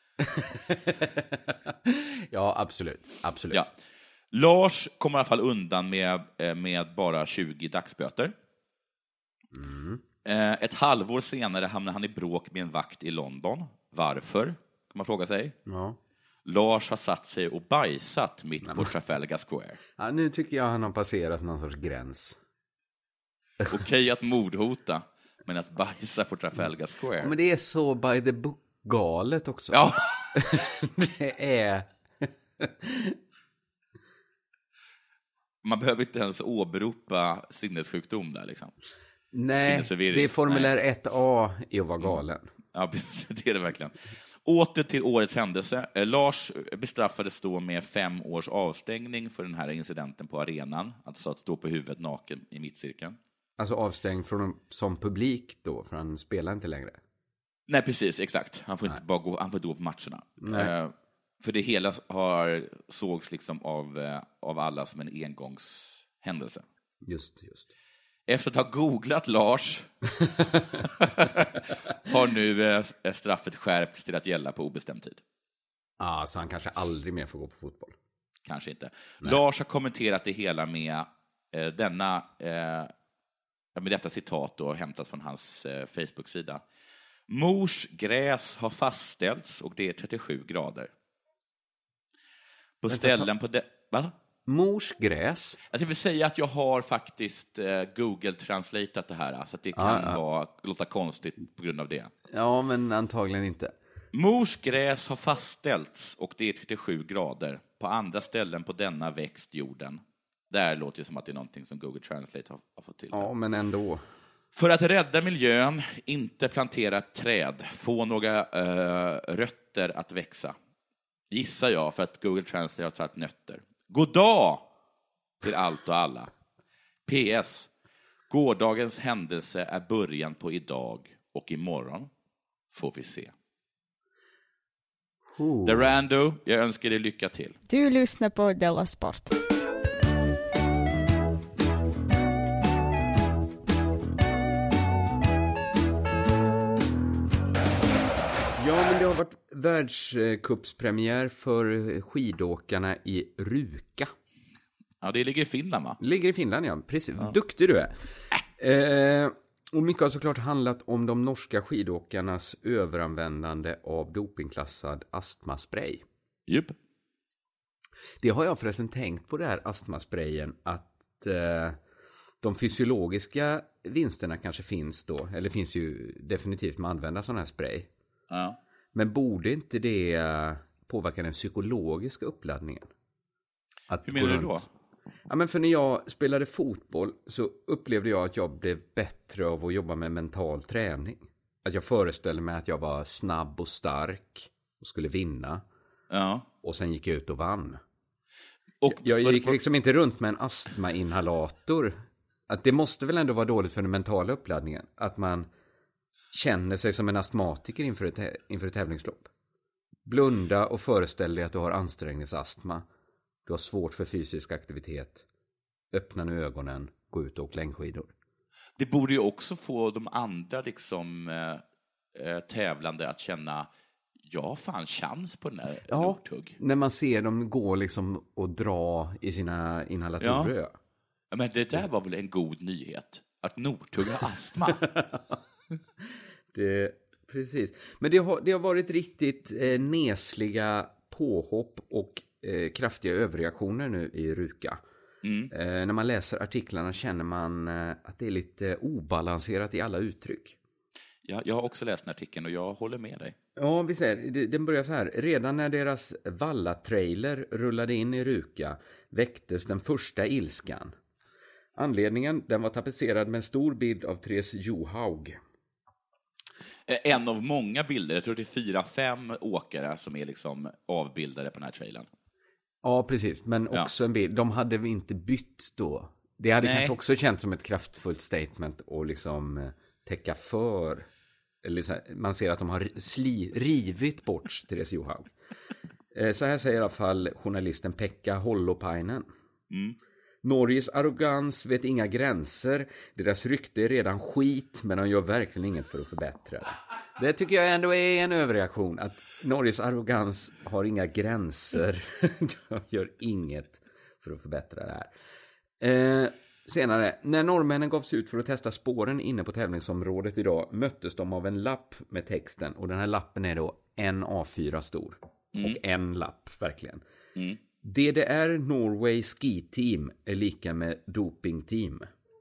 Ja, absolut, absolut. Ja. Lars kommer i alla fall undan med, med bara tjugo dagsböter. Mm. Ett halvår senare hamnar han i bråk med en vakt i London. Varför? Kan man fråga sig. Ja. Lars har satt sig och bajsat mitt Nej, på Trafalgar Square. Ja, nu tycker jag han har passerat någon sorts gräns. Okej okay, att mordhota, men att bajsa på Trafalgar Square. Ja, men det är så by the book galet också. Ja. Det är... Man behöver inte ens åberopa sinnessjukdom där liksom. Nej, det är formulär Nej. ett A i att vara galen. Mm. Ja, det är det verkligen. Åter till årets händelse. Lars bestraffades då med fem års avstängning för den här incidenten på arenan. Alltså att stå på huvudet naken i mittcirkeln. Alltså avstängd från, som publik då, för han spelar inte längre. Nej, precis, exakt. Han får Nej. inte bara gå, han får gå på matcherna. Uh, för det hela har sågs liksom av, uh, av alla som en engångshändelse. Just, just. Efter att ha googlat Lars har nu uh, straffet skärpts till att gälla på obestämd tid. Ja, ah, så han kanske aldrig mer får gå på fotboll. Kanske inte. Nej. Lars har kommenterat det hela med uh, denna, uh, med detta citat då, hämtat från hans uh, Facebook-sida. Mors gräs har fastställts och det är trettiosju grader. På Vänta, ställen på det... Va? Mors gräs? Jag vill säga att jag har faktiskt eh, Google translateat det här, så att det kan ah, ja. vara, låta konstigt på grund av det. Ja, men antagligen inte. Mors gräs har fastställts och det är trettiosju grader. På andra ställen på denna växt jorden. Där låter det som att det är någonting som Google Translate har, har fått till. Ja, men ändå. För att rädda miljön, inte plantera ett träd, få några uh, rötter att växa. Gissar jag, för att Google Translate har satt nötter. God dag till allt och alla. P S. Gårdagens händelse är början på idag och imorgon får vi se. Oh. Durando, jag önskar dig lycka till. Du lyssnar på Della Sport. Ja, men det har varit världscupspremiär för skidåkarna i Ruka. Ja, det ligger i Finland, va? Ligger i Finland, ja. Precis. Ja. Duktig du är. Äh. Eh, och mycket har såklart handlat om de norska skidåkarnas överanvändande av dopingklassad astmaspray. Jupp. Det har jag förresten tänkt på, det här astmasprayen, att eh, de fysiologiska vinsterna kanske finns då. Eller finns ju definitivt med att använda sån här spray. Ja. Men borde inte det påverka den psykologiska uppladdningen? Att Hur menar du då? Ja, men för när jag spelade fotboll så upplevde jag att jag blev bättre av att jobba med mental träning. Att jag föreställde mig att jag var snabb och stark och skulle vinna. Ja. Och sen gick jag ut och vann. Och, jag jag gick liksom inte runt med en astmainhalator. Att det måste väl ändå vara dåligt för den mentala uppladdningen. Att man känner sig som en astmatiker inför ett, inför ett tävlingslopp. Blunda och föreställ dig att du har ansträngningsastma. Du har svårt för fysisk aktivitet. Öppna nu ögonen. Gå ut och åka längdskidor. Det borde ju också få de andra liksom, eh, tävlande att känna jag har fan chans på den här ja, Northug. När man ser dem gå liksom och dra i sina inhalatorer. Ja. Ja, men det där var väl en god nyhet. Att Northug har astma. det, precis. Men det har, det har varit riktigt eh, nesliga påhopp och eh, kraftiga överreaktioner nu i Ruka. Mm. Eh, när man läser artiklarna känner man eh, att det är lite obalanserat i alla uttryck. Ja, jag har också läst den artikeln och jag håller med dig. Ja, vi ser. Den börjar så här. Redan när deras Valla-trailer rullade in i Ruka väcktes den första ilskan. Anledningen, den var tapetserad med en stor bild av Therese Johaug. En av många bilder, jag tror det är fyra, fem åkare som är liksom avbildade på den här trailern. Ja, precis. Men också ja. en bild. De hade vi inte bytt då. Det hade Nej. kanske också känts som ett kraftfullt statement och liksom täcka för. Eller så här, man ser att de har sli, rivit bort Therese Johaug. Så här säger i alla fall journalisten Pekka Hollopainen. Mm. Norges arrogans vet inga gränser. Deras rykte är redan skit, men de gör verkligen inget för att förbättra det. Det tycker jag ändå är en överreaktion. Att Norges arrogans har inga gränser. De gör inget för att förbättra det här. Eh, senare, när norrmännen gav sig ut för att testa spåren inne på tävlingsområdet idag möttes de av en lapp med texten. Och den här lappen är då en A fyra stor. Mm. Och en lapp, verkligen. Mm. D D R Norway Ski Team är lika med doping team.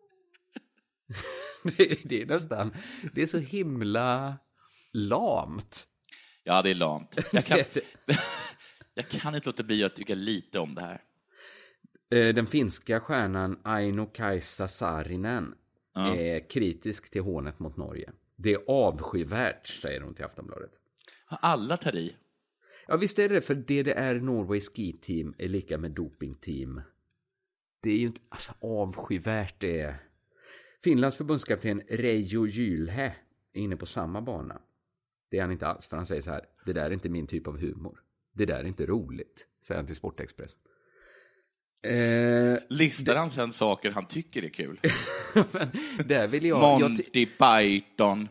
det, det är nästan, det är så himla lamt. Ja, det är lamt. Jag kan, jag kan inte låta bli att tycka lite om det här. Den finska stjärnan Aino-Kaisa Saarinen ja. är kritisk till hånet mot Norge. Det är avskyvärt, säger hon till Aftonbladet. Alla tar i. Ja, visst är det, för D D R Norway Ski Team är lika med doping team. Det är ju inte, alltså avskyvärt det är. Finlands förbundskapten Reijo Gylhä är inne på samma bana. Det är han inte alls, för han säger så här: det där är inte min typ av humor. Det där är inte roligt, säger han till Sportexpress. Eh, Listar han sen saker han tycker är kul? Men där vill jag... Monty jag Python.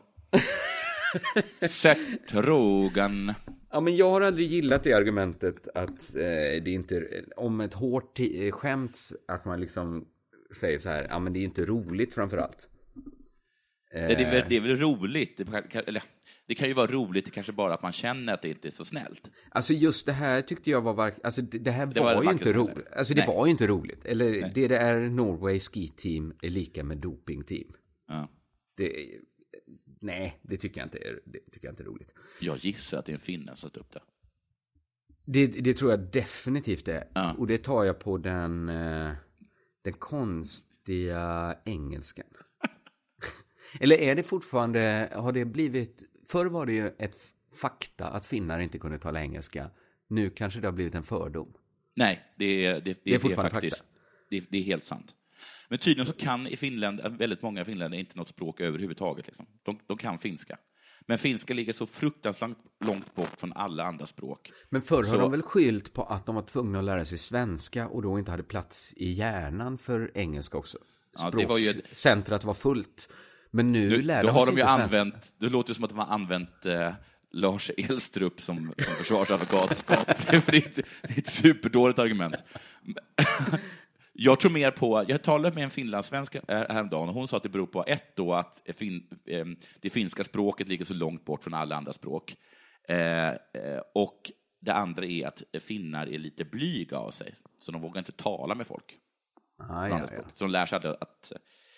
Seth Rogen. Ja, men jag har aldrig gillat det argumentet att eh, det inte... Om ett hårt t- skämt att man liksom säger så här, ja men det är inte roligt framförallt. Eh. Det, är väl, det är väl roligt. Det kan, eller, det kan ju vara roligt, det kanske bara att man känner att det inte är så snällt. Alltså just det här tyckte jag var... Var- alltså det, det här det var, var ju inte roligt. Alltså det Nej. var ju inte roligt. Eller Nej. det där Norway Ski Team är lika med doping team. Ja. Det är... Nej, det tycker jag inte är, det tycker jag inte är roligt. Jag gissar att det är en finne som satt upp det. Det, det tror jag definitivt är. Ja. Och det tar jag på den, den konstiga engelskan. Eller är det fortfarande, har det blivit, förr var det ju ett fakta att finnar inte kunde tala engelska. Nu kanske det har blivit en fördom. Nej, det är, det, det, det är fortfarande det är faktiskt, fakta. Det, det är helt sant. Men tydligen så kan i Finland, väldigt många finländare inte något språk överhuvudtaget. Liksom. De, de kan finska. Men finska ligger så fruktansvärt långt bort från alla andra språk. Men förr så... har de väl skyllt på att de var tvungna att lära sig svenska och då inte hade plats i hjärnan för engelska också. Ja, det var ju ett... Centrat var fullt. Men nu du, lär de de har sig de ju inte använt, svenska. det låter som att de har använt eh, Lars Elstrup som, som försvarsadvokat. det, är ett, det är ett superdåligt argument. Jag tror mer på, jag talade med en finlandssvensk häromdagen och hon sa att det beror på ett då att fin, eh, det finska språket ligger så långt bort från alla andra språk. Eh, eh, och det andra är att finnar är lite blyga av sig. Så de vågar inte tala med folk. Ah, ja, ja. Så de lär sig att, att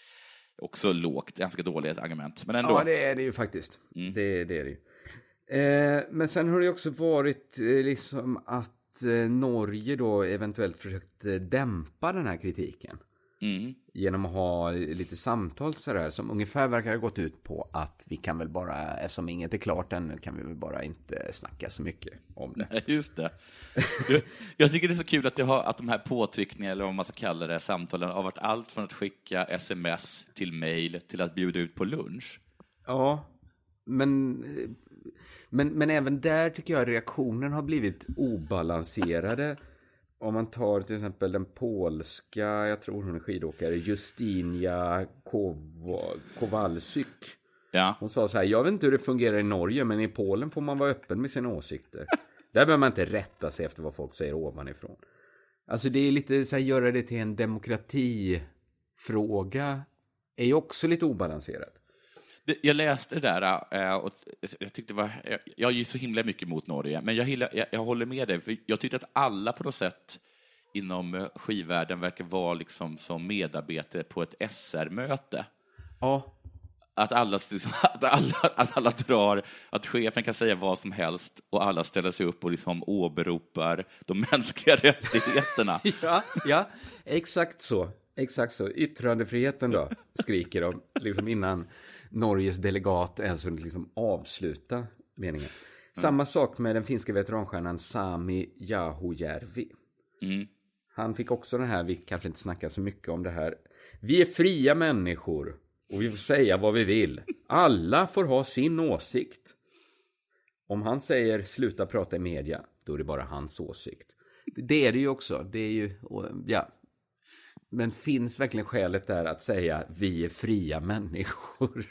Också lågt, ganska dåligt argument. Men ändå. Ja, det är det ju faktiskt. Mm. Det, det är det ju. Eh, men sen har det också varit eh, liksom att eh, Norge då eventuellt försökt eh, dämpa den här kritiken. Mm. Genom att ha lite samtal sådär, som ungefär verkar ha gått ut på att vi kan väl bara, eftersom inget är klart ännu, kan vi väl bara inte snacka så mycket om det. Just det. Jag, jag tycker det är så kul att, det har, att de här påtryckningarna, eller vad man ska kalla det, samtalen har varit allt från att skicka sms till mejl till att bjuda ut på lunch. Ja, men, men, men även där tycker jag reaktionen har blivit obalanserade. Om man tar till exempel den polska, jag tror hon är skidåkare, Justynia Kow- Kowalczyk. Ja. Hon sa så här, jag vet inte hur det fungerar i Norge, men i Polen får man vara öppen med sina åsikter. Där behöver man inte rätta sig efter vad folk säger ovanifrån. Alltså det är lite så här, göra det till en demokratifråga är ju också lite obalanserat. Jag läste det där och jag tyckte det var, jag är ju så himla mycket mot Norge, men jag, jag, jag håller med dig, för jag tyckte att alla på något sätt inom skivvärlden verkar vara liksom som medarbetare på ett S R-möte. Ja. Att alla, att, alla, att alla drar, att chefen kan säga vad som helst och alla ställer sig upp och liksom åberopar de mänskliga rättigheterna. Ja, ja, exakt så. Exakt så. Yttrandefriheten då, skriker de liksom innan Norges delegat ens hunnit liksom avsluta meningen. Mm. Samma sak med den finska veteranstjärnan Sami Jahojärvi. Mm. Han fick också den här, vi kanske inte snackar så mycket om det här. Vi är fria människor och vi får säga vad vi vill. Alla får ha sin åsikt. Om han säger sluta prata i media, då är det bara hans åsikt. Det är det ju också. Det är ju, ja. Men finns verkligen skälet där att säga vi är fria människor?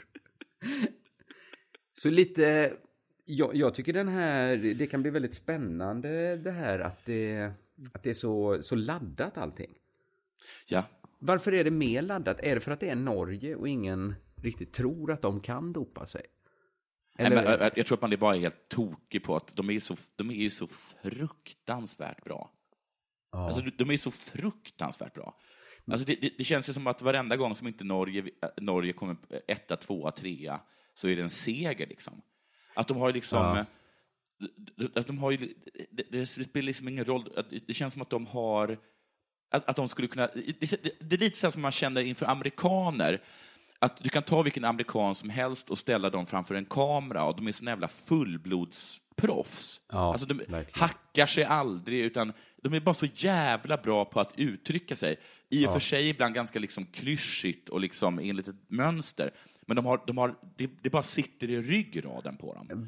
Så lite, jag, jag tycker den här, det kan bli väldigt spännande det här att det, att det är så, så laddat allting. Ja. Varför är det mer laddat? Är det för att det är Norge och ingen riktigt tror att de kan dopa sig? Eller? Nej, men, jag tror att man är bara helt tokig på att de är, så, de är ju så fruktansvärt bra. Ja. Alltså, de är så fruktansvärt bra. Alltså det, det, det känns som att varenda gång som inte Norge, Norge kommer etta, tvåa, trea så är det en seger liksom. Att de har liksom ja. att de har ju, det, det spelar liksom ingen roll, det känns som att de har att, att de skulle kunna, det, det, det är lite så som man känner inför amerikaner, att du kan ta vilken amerikan som helst och ställa dem framför en kamera och de är så jävla fullblodsproffs. Ja, alltså de verkligen. hackar sig aldrig, utan de är bara så jävla bra på att uttrycka sig. I och ja. för sig ibland ganska liksom klyschigt och liksom enligt ett mönster. Men de har, de har, det, det bara sitter i ryggraden på dem.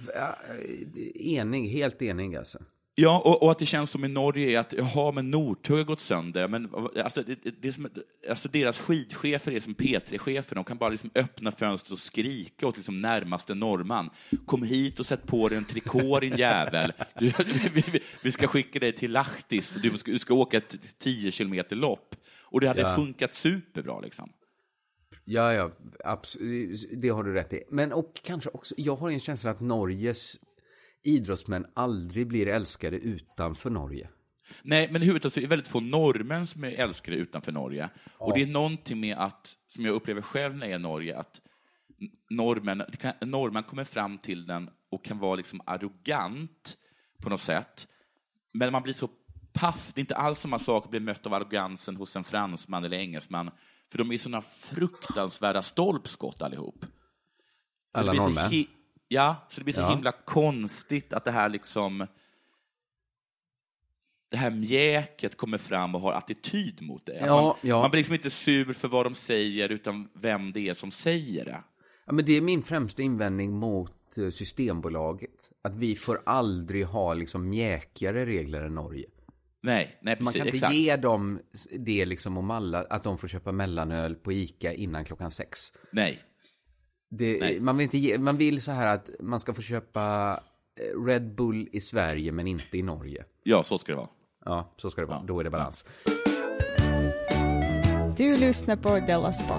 Enig, helt enig alltså. Ja, och, och att det känns som i Norge är att jaha, men Nordtåg har gått sönder. Men alltså, det, det är som, alltså deras skidchefer är som P tre-chefer. De kan bara liksom öppna fönstret och skrika åt liksom närmaste norrman. Kom hit och sätt på dig en trikå, din jävel. Du, vi, vi, vi ska skicka dig till Lahtis. Du ska, du ska åka ett tio kilometer lopp. Och det hade ja. funkat superbra liksom. Ja, ja, absolut. Det har du rätt i. Men och kanske också, jag har en känsla att Norges idrottsmän aldrig blir älskade utanför Norge. Nej, men i huvudet så är det väldigt få norrmän som är älskade utanför Norge. Ja. Och det är någonting med att, som jag upplever själv när jag är i Norge, att norrmän, kan, norrmän kommer fram till den och kan vara liksom arrogant på något sätt. Men man blir så paff. Det är inte alls samma sak att bli mött av arrogansen hos en fransman eller engelsman. För de är såna fruktansvärda stolpskott allihop. Så alla norrmän? Hi- ja, så det blir så ja. himla konstigt att det här liksom det här mjäket kommer fram och har attityd mot det. Ja, man, ja. man blir liksom inte sur för vad de säger utan vem det är som säger det. Ja, men det är min främsta invändning mot Systembolaget. Att vi får aldrig ha liksom mjäkigare regler än Norge. Nej, nej, precis, man kan inte exakt. ge dem det liksom om alla, att de får köpa mellanöl på Ica innan klockan sex. Nej. Det, nej. Man vill inte ge, man vill så här att man ska få köpa Red Bull i Sverige men inte i Norge. Ja, så ska det vara. Ja, så ska det vara. Ja. Då är det balans. Du lyssnar på Della Sport.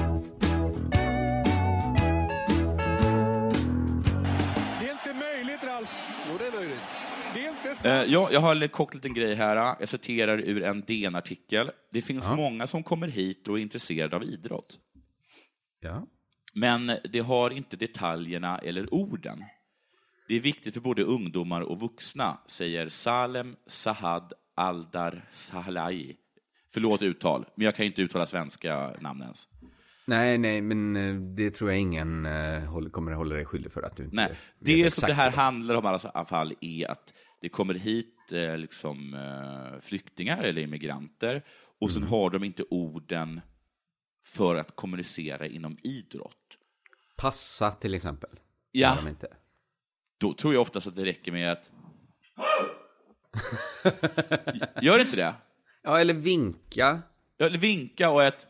Det är inte möjligt, Ralf. Jo, det är möjligt. Det är inte sant. Uh, ja, jag har en kort liten grej här. Jag citerar ur en D N-artikel. Det finns ja. många som kommer hit och är intresserade av idrott. Ja. Men det har inte detaljerna eller orden. Det är viktigt för både ungdomar och vuxna, säger Salem Sahad Aldar Sahlai. Förlåt uttal, men jag kan inte uttala svenska namn ens. Nej, nej, men det tror jag ingen uh, kommer att hålla dig skyldig för att du inte... Nej, det som det här det. handlar om i alla fall är att det kommer hit eh, liksom, eh, flyktingar eller immigranter och mm. sen har de inte orden för att kommunicera inom idrott. Passa till exempel. Ja, de inte. Då tror jag oftast att det räcker med att... Gör inte det? Ja, eller vinka. Ja, eller vinka och ett...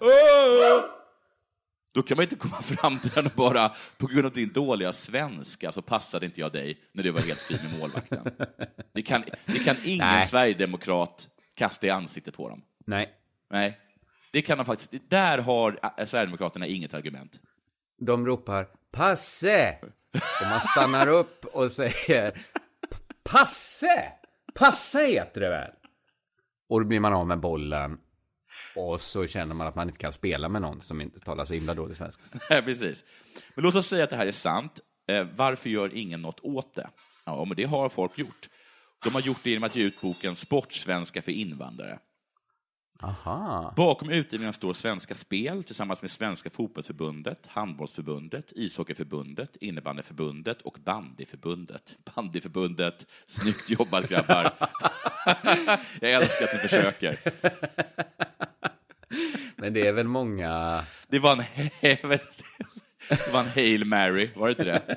Då kan man inte komma fram till den och bara, på grund av din dåliga svenska så passade inte jag dig när du var helt fin med målvakten. Det kan, det kan ingen Nej. Sverigedemokrat kasta i ansiktet på dem. Nej. Nej. Det kan de faktiskt. Där har Sverigedemokraterna inget argument. De ropar passe. Och man stannar upp och säger passe. Passe heter det väl. Och då blir man av med bollen. Och så känner man att man inte kan spela med någon som inte talar så himla dålig svenska. Nej, precis. Men låt oss säga att det här är sant. Eh, varför gör ingen något åt det? Ja, men det har folk gjort. De har gjort det genom att ge ut boken Sportsvenska för invandrare. Aha. Bakom utgivningen står Svenska Spel tillsammans med Svenska Fotbollsförbundet, Handbollsförbundet, Ishockeyförbundet, Innebandyförbundet och Bandyförbundet. Bandyförbundet, snyggt jobbat grabbar. Jag älskar att ni försöker. Men det är väl många... Det var en, det var en Hail Mary, var det inte det?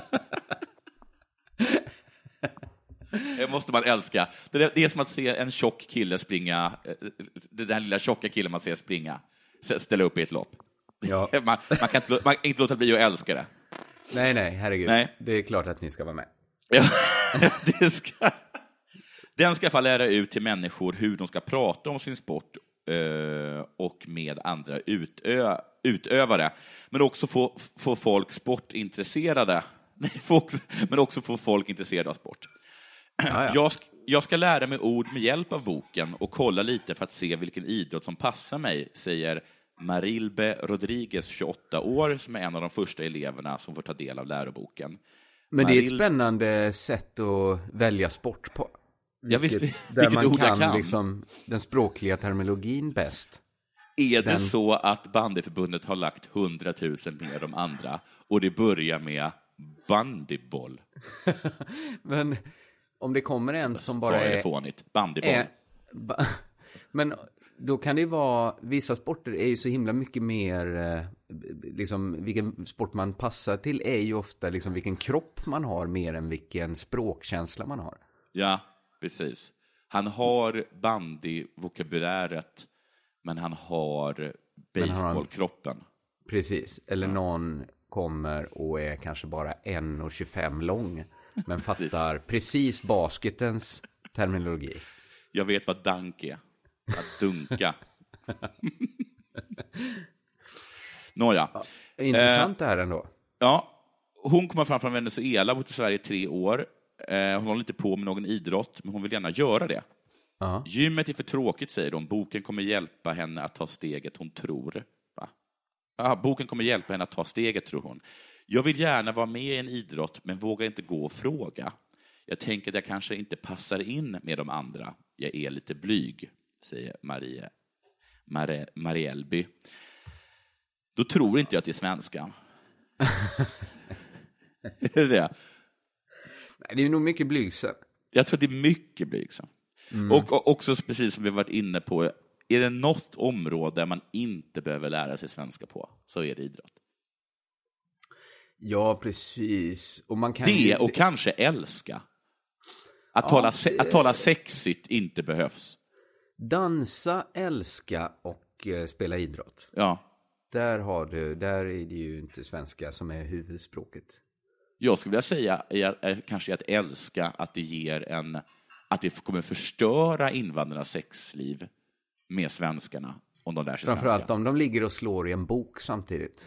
Det måste man älska. Det är som att se en tjock kille springa, den där lilla tjocka killen man ser springa, ställa upp i ett lopp. Ja. Man, man, kan inte, man kan inte låta bli att älska det. Nej, nej, herregud. Nej. Det är klart att ni ska vara med. Ja, det ska. Den ska få lära ut till människor hur de ska prata om sin sport och med andra utö, utövare. Men också få, få folk sportintresserade. Nej, också, men också få folk intresserade av sport. Ah, ja. jag, jag ska lära mig ord med hjälp av boken och kolla lite för att se vilken idrott som passar mig, säger Marilbe Rodriguez, tjugoåtta år, som är en av de första eleverna som får ta del av läroboken. Men Maril... det är ett spännande sätt att välja sport på. Ja, visst, där vilket man ord kan, jag kan. liksom, den språkliga terminologin bäst. Är det den... så att bandyförbundet har lagt hundratusen mer de andra och det börjar med bandyboll? Men om det kommer en som bara är... fånigt. Bandyboll. Är... Ba... Men då kan det vara... Vissa sporter är ju så himla mycket mer... Liksom, vilken sport man passar till är ju ofta liksom vilken kropp man har mer än vilken språkkänsla man har. Ja, precis. Han har bandyvokabuläret, men han har baseballkroppen. Han... Precis. Eller någon kommer och är kanske bara en komma tjugofem lång, men fattar precis. precis basketens terminologi. Jag vet vad dunk är. Att dunka. Nåja. Ja, intressant det här ändå. Ja, hon kommer fram från Venezuela, bott i Sverige i tre år. Hon håller inte på med någon idrott, men hon vill gärna göra det. Uh-huh. Gymmet är för tråkigt, säger de. Boken kommer hjälpa henne att ta steget hon tror. Va? Ja, boken kommer hjälpa henne att ta steget, tror hon. Jag vill gärna vara med i en idrott, men vågar inte gå och fråga. Jag tänker att jag kanske inte passar in med de andra. Jag är lite blyg, säger Marie, Marie, Marielby. Då tror inte jag att det är svenska. Är det det? Nej, det är nog mycket blygsam. Jag tror att det är mycket blygsam. Mm. Och, och också precis som vi varit inne på, är det något område man inte behöver lära sig svenska på, så är det idrott. Ja, precis. Och man kan det ju... och kanske älska. Att, ja, tala, det... att tala sexigt inte behövs. Dansa, älska och eh, spela idrott. Ja. Där har du, där är det ju inte svenska som är huvudspråket. Jag skulle vilja säga är, är, kanske att älska, att det ger en, att det kommer förstöra invandrarnas sexliv med svenskarna om de lär sig framförallt svenska. Om de ligger och slår i en bok samtidigt.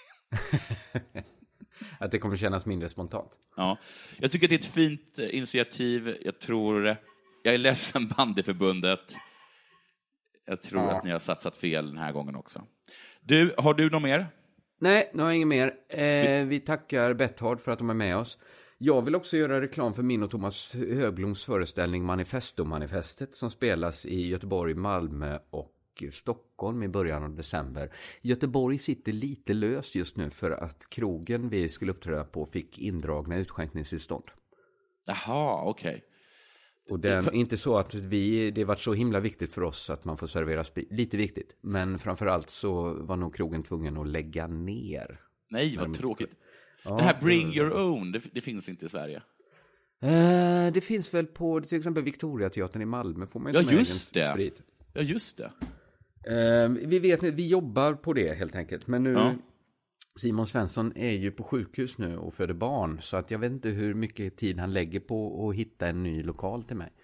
Att det kommer kännas mindre spontant. Ja, jag tycker att det är ett fint initiativ. Jag tror, jag är ledsen bandyförbundet. Jag tror ja. att ni har satsat fel den här gången också. Du, har du något mer? Nej, nu har jag inget mer. Eh, vi tackar Betthard för att de är med oss. Jag vill också göra reklam för min och Thomas Högbloms föreställning Manifesto-manifestet som spelas i Göteborg, Malmö och Stockholm i början av december. Göteborg sitter lite löst just nu för att krogen vi skulle uppträda på fick indragna utskänkningstillstånd. Jaha, okej. Okay. Och det är inte så att vi, det har varit så himla viktigt för oss att man får servera sprit. Lite viktigt, men framförallt så var nog krogen tvungen att lägga ner. Nej, vad tråkigt. Ja, det här Bring Your Own, det, det finns inte i Sverige. Eh, det finns väl på till exempel Victoriateatern i Malmö. Får man ja, inte just med det. Sprit. Ja, just det. Eh, vi vet, vi jobbar på det helt enkelt. Men nu, ja. Simon Svensson är ju på sjukhus nu och föder barn. Så att jag vet inte hur mycket tid han lägger på att hitta en ny lokal till mig.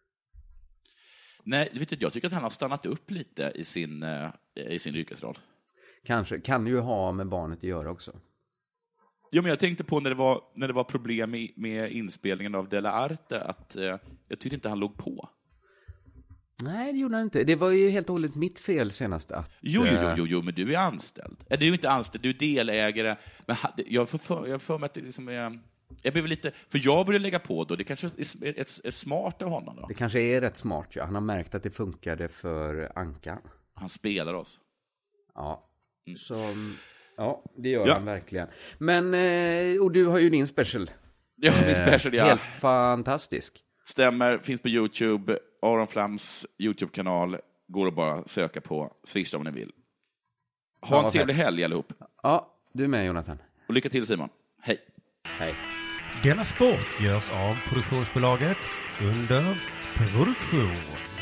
Nej, vet du, jag tycker att han har stannat upp lite i sin, i sin yrkesroll. Kanske, kan ju ha med barnet att göra också. Ja, men jag tänkte på när det var, när det var problem med, med inspelningen av Della Arte att eh, jag tyckte inte han låg på. Nej, det gjorde han inte. Det var ju helt och hållet mitt fel senast att... Jo, jo, jo, jo, jo men du är anställd. Äh, du är ju inte anställd, du är delägare. Men jag får för, jag får mig att det liksom är... Jag blev lite... För jag började lägga på då. Det kanske är, är, är smart av honom då. Det kanske är rätt smart, ja. Han har märkt att det funkade för Anka. Han spelar oss. Ja, mm. så... Ja, det gör ja. han verkligen. Men, och du har ju din special. Ja, min special, ja. Helt fantastisk. Stämmer, finns på YouTube. Aron Flams YouTube-kanal. Går att bara söka på. Swisha om ni vill. Ha ja, en trevlig fett. helg allihop. Ja, du är med Jonathan. Och lycka till Simon. Hej. Hej. Denna sport görs av produktionsbolaget under produktion.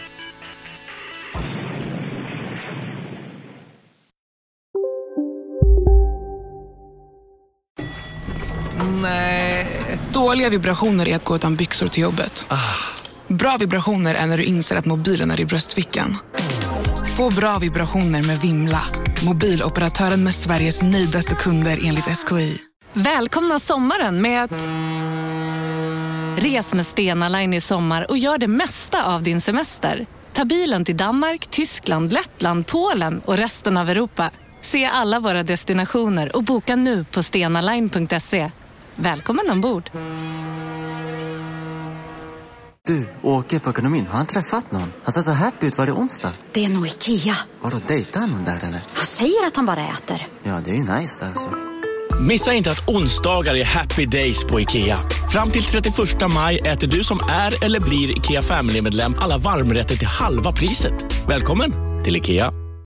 Nej. Dåliga vibrationer är att gå utan byxor till jobbet. Ah. Bra vibrationer är när du inser att mobilen är i bröstfickan. Få bra vibrationer med Vimla. Mobiloperatören med Sveriges nöjdaste kunder enligt S K I. Välkomna sommaren med att... Res med Stena Line i sommar och gör det mesta av din semester. Ta bilen till Danmark, Tyskland, Lettland, Polen och resten av Europa. Se alla våra destinationer och boka nu på stenaline punkt se. Välkommen ombord. Du, åker på ekonomin. Har han träffat någon? Han ser så happy ut. Var det onsdag? Det är nog Ikea. Har du dejtat någon där eller? Han säger att han bara äter. Ja, det är ju nice där alltså. Missa inte att onsdagar är happy days på Ikea. Fram till trettioförsta maj äter du som är eller blir Ikea Family-medlem alla varmrätter till halva priset. Välkommen till Ikea.